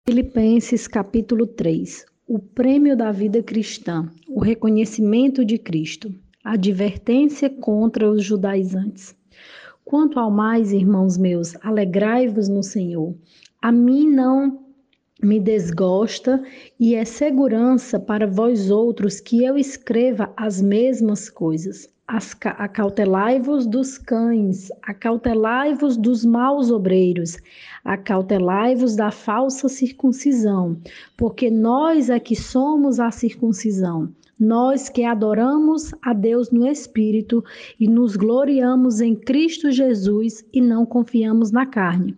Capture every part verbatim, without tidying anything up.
Filipenses capítulo três. O prêmio da vida cristã, o reconhecimento de Cristo, a advertência contra os judaizantes. Quanto ao mais, irmãos meus, alegrai-vos no Senhor. A mim não me desgosta e é segurança para vós outros que eu escreva as mesmas coisas. Acautelai-vos dos cães, acautelai-vos dos maus obreiros, acautelai-vos da falsa circuncisão, porque nós é que somos a circuncisão, nós que adoramos a Deus no Espírito e nos gloriamos em Cristo Jesus e não confiamos na carne.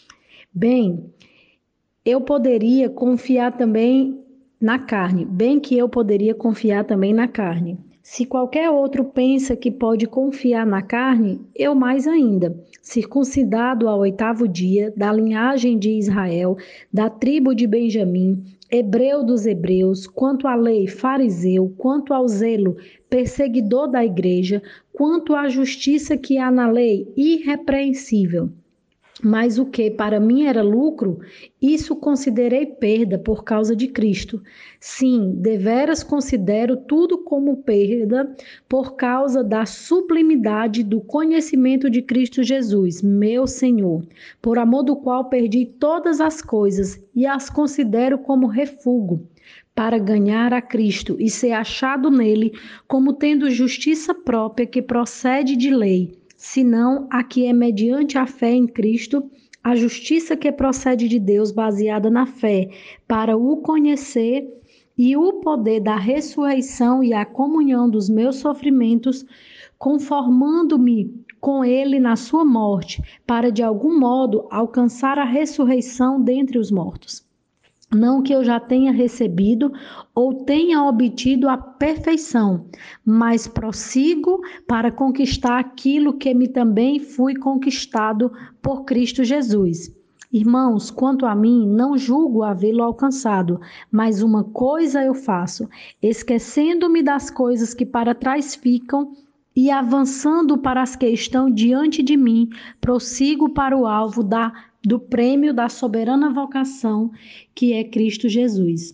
Bem, eu poderia confiar também na carne, bem que eu poderia confiar também na carne. Se qualquer outro pensa que pode confiar na carne, eu mais ainda. Circuncidado ao oitavo dia, da linhagem de Israel, da tribo de Benjamim, hebreu dos hebreus, quanto à lei, fariseu, quanto ao zelo, perseguidor da igreja, quanto à justiça que há na lei, irrepreensível. Mas o que para mim era lucro, isso considerei perda por causa de Cristo. Sim, deveras considero tudo como perda por causa da sublimidade do conhecimento de Cristo Jesus, meu Senhor, por amor do qual perdi todas as coisas e as considero como refúgio, para ganhar a Cristo e ser achado nele como tendo justiça própria que procede de lei, senão a que é mediante a fé em Cristo, a justiça que procede de Deus baseada na fé, para o conhecer e o poder da ressurreição e a comunhão dos meus sofrimentos, conformando-me com ele na sua morte, para de algum modo alcançar a ressurreição dentre os mortos. Não que eu já tenha recebido ou tenha obtido a perfeição, mas prossigo para conquistar aquilo que me também fui conquistado por Cristo Jesus. Irmãos, quanto a mim, não julgo havê-lo alcançado, mas uma coisa eu faço, esquecendo-me das coisas que para trás ficam e avançando para as que estão diante de mim, prossigo para o alvo da do prêmio da soberana vocação, que é Cristo Jesus.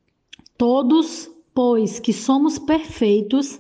Todos, pois, que somos perfeitos,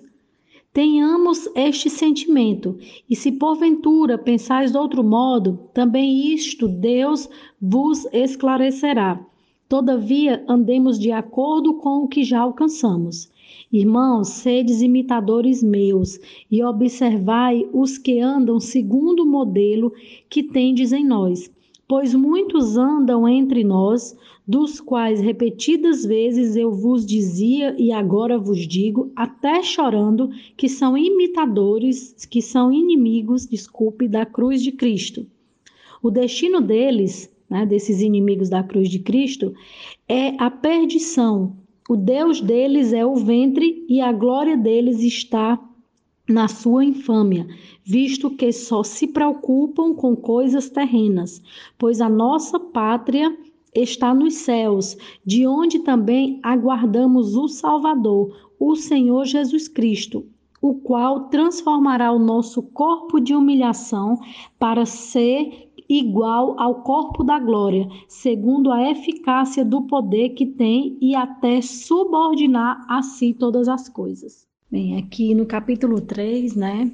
tenhamos este sentimento, e se porventura pensais de outro modo, também isto Deus vos esclarecerá. Todavia, andemos de acordo com o que já alcançamos. Irmãos, sedes imitadores meus, e observai os que andam segundo o modelo que tendes em nós. Pois muitos andam entre nós, dos quais repetidas vezes eu vos dizia e agora vos digo, até chorando, que são imitadores, que são inimigos, desculpe, da cruz de Cristo. O destino deles, né, desses inimigos da cruz de Cristo, é a perdição. O Deus deles é o ventre e a glória deles está na sua infâmia, visto que só se preocupam com coisas terrenas, pois a nossa pátria está nos céus, de onde também aguardamos o Salvador, o Senhor Jesus Cristo, o qual transformará o nosso corpo de humilhação para ser igual ao corpo da glória, segundo a eficácia do poder que tem e até subordinar a si todas as coisas. Bem, aqui no capítulo três, né,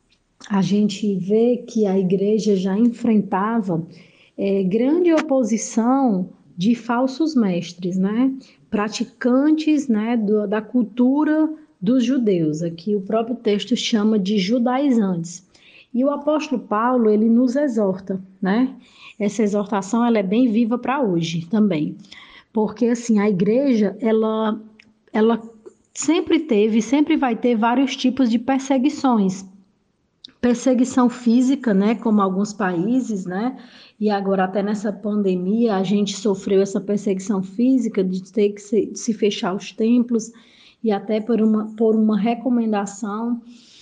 a gente vê que a igreja já enfrentava é, grande oposição de falsos mestres, né, praticantes, né, do, da cultura dos judeus. Aqui o próprio texto chama de judaizantes. E o apóstolo Paulo, ele nos exorta, né, essa exortação ela é bem viva para hoje também, porque assim, a igreja, ela, ela sempre teve, sempre vai ter vários tipos de perseguições. Perseguição física, né, como alguns países, né, e agora até nessa pandemia a gente sofreu essa perseguição física de ter que se, de se fechar os templos e até por uma, por uma recomendação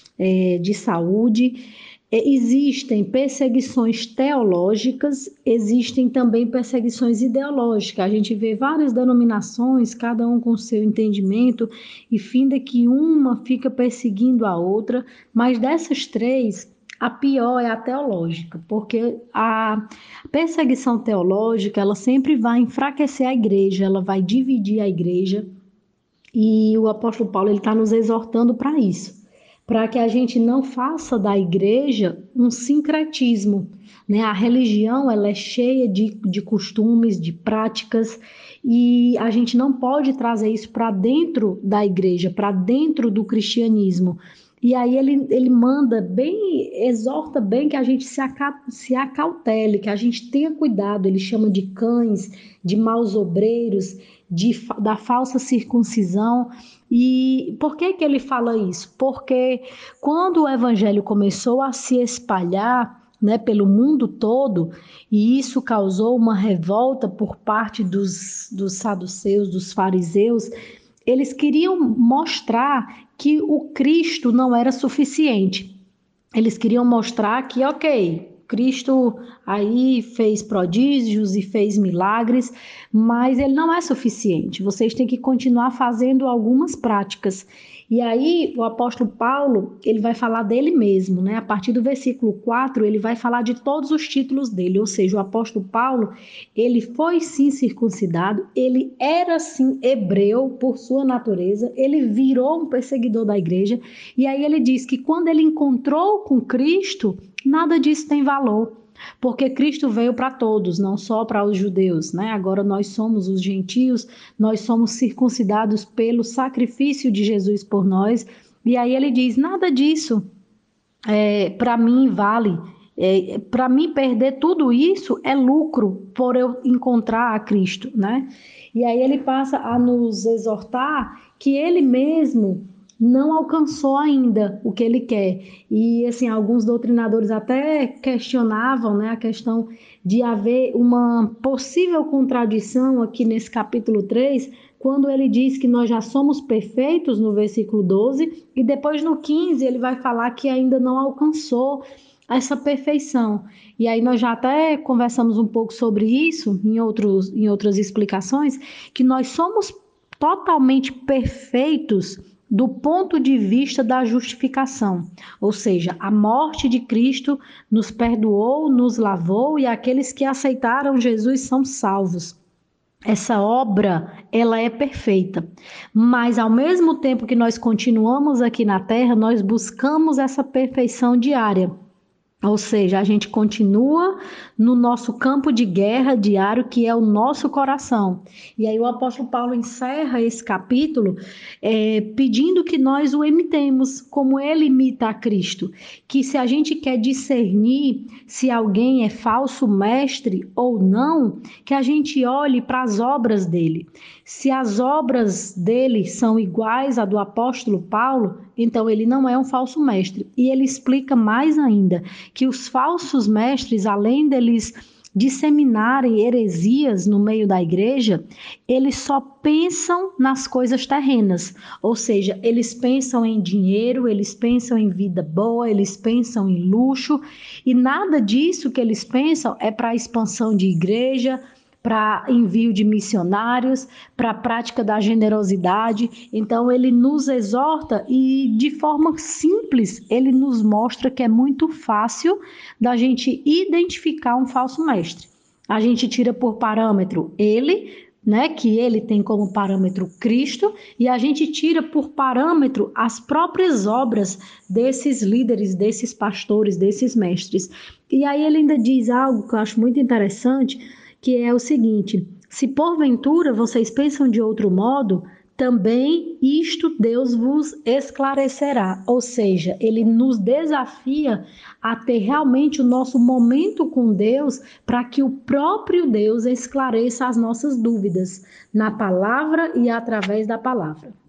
é, de saúde. Existem perseguições teológicas, existem também perseguições ideológicas. A gente vê várias denominações, cada um com seu entendimento, e finda que uma fica perseguindo a outra, mas dessas três, A pior é a teológica, porque a perseguição teológica, ela sempre vai enfraquecer a igreja, ela vai dividir a igreja, e o apóstolo Paulo ele está nos exortando para isso, para que a gente não faça da igreja um sincretismo, né? A religião ela é cheia de, de costumes, de práticas, e a gente não pode trazer isso para dentro da igreja, para dentro do cristianismo. E aí ele, ele manda bem, exorta bem que a gente se, aca, se acautele, que a gente tenha cuidado. Ele chama de cães, de maus obreiros, de, da falsa circuncisão. E por que que ele fala isso? Porque quando o evangelho começou a se espalhar, né, pelo mundo todo, e isso causou uma revolta por parte dos, dos saduceus, dos fariseus, eles queriam mostrar que o Cristo não era suficiente. Eles queriam mostrar que, ok, Cristo aí fez prodígios e fez milagres, mas ele não é suficiente. Vocês têm que continuar fazendo algumas práticas. E aí o apóstolo Paulo, ele vai falar dele mesmo, né? A partir do versículo quatro, ele vai falar de todos os títulos dele, ou seja, o apóstolo Paulo, ele foi sim circuncidado, ele era sim hebreu por sua natureza, ele virou um perseguidor da igreja, e aí ele diz que quando ele encontrou com Cristo, nada disso tem valor. Porque Cristo veio para todos, não só para os judeus, né? Agora nós somos os gentios, nós somos circuncidados pelo sacrifício de Jesus por nós. E aí ele diz: nada disso é, para mim vale. É, para mim perder tudo isso é lucro por eu encontrar a Cristo, né? E aí ele passa a nos exortar que ele mesmo não alcançou ainda o que ele quer. E assim, alguns doutrinadores até questionavam, né, a questão de haver uma possível contradição aqui nesse capítulo três, quando ele diz que nós já somos perfeitos no versículo doze, e depois no quinze ele vai falar que ainda não alcançou essa perfeição. E aí nós já até conversamos um pouco sobre isso em, outros, em outras explicações, que nós somos totalmente perfeitos do ponto de vista da justificação, ou seja, a morte de Cristo nos perdoou, nos lavou, e aqueles que aceitaram Jesus são salvos. Essa obra, ela é perfeita, mas ao mesmo tempo que nós continuamos aqui na terra, nós buscamos essa perfeição diária. Ou seja, a gente continua no nosso campo de guerra diário, que é o nosso coração. E aí o apóstolo Paulo encerra esse capítulo é, pedindo que nós o imitemos, como ele imita a Cristo. Que se a gente quer discernir se alguém é falso mestre ou não, que a gente olhe para as obras dele. Se as obras dele são iguais à do apóstolo Paulo, então ele não é um falso mestre. E ele explica mais ainda que os falsos mestres, além deles disseminarem heresias no meio da igreja, eles só pensam nas coisas terrenas, ou seja, eles pensam em dinheiro, eles pensam em vida boa, eles pensam em luxo, e nada disso que eles pensam é para a expansão de igreja, para envio de missionários, para a prática da generosidade. Então ele nos exorta e de forma simples ele nos mostra que é muito fácil da gente identificar um falso mestre. A gente tira por parâmetro ele, né, que ele tem como parâmetro Cristo, e a gente tira por parâmetro as próprias obras desses líderes, desses pastores, desses mestres. E aí ele ainda diz algo que eu acho muito interessante, que é o seguinte: se porventura vocês pensam de outro modo, também isto Deus vos esclarecerá. Ou seja, ele nos desafia a ter realmente o nosso momento com Deus, para que o próprio Deus esclareça as nossas dúvidas na palavra e através da palavra.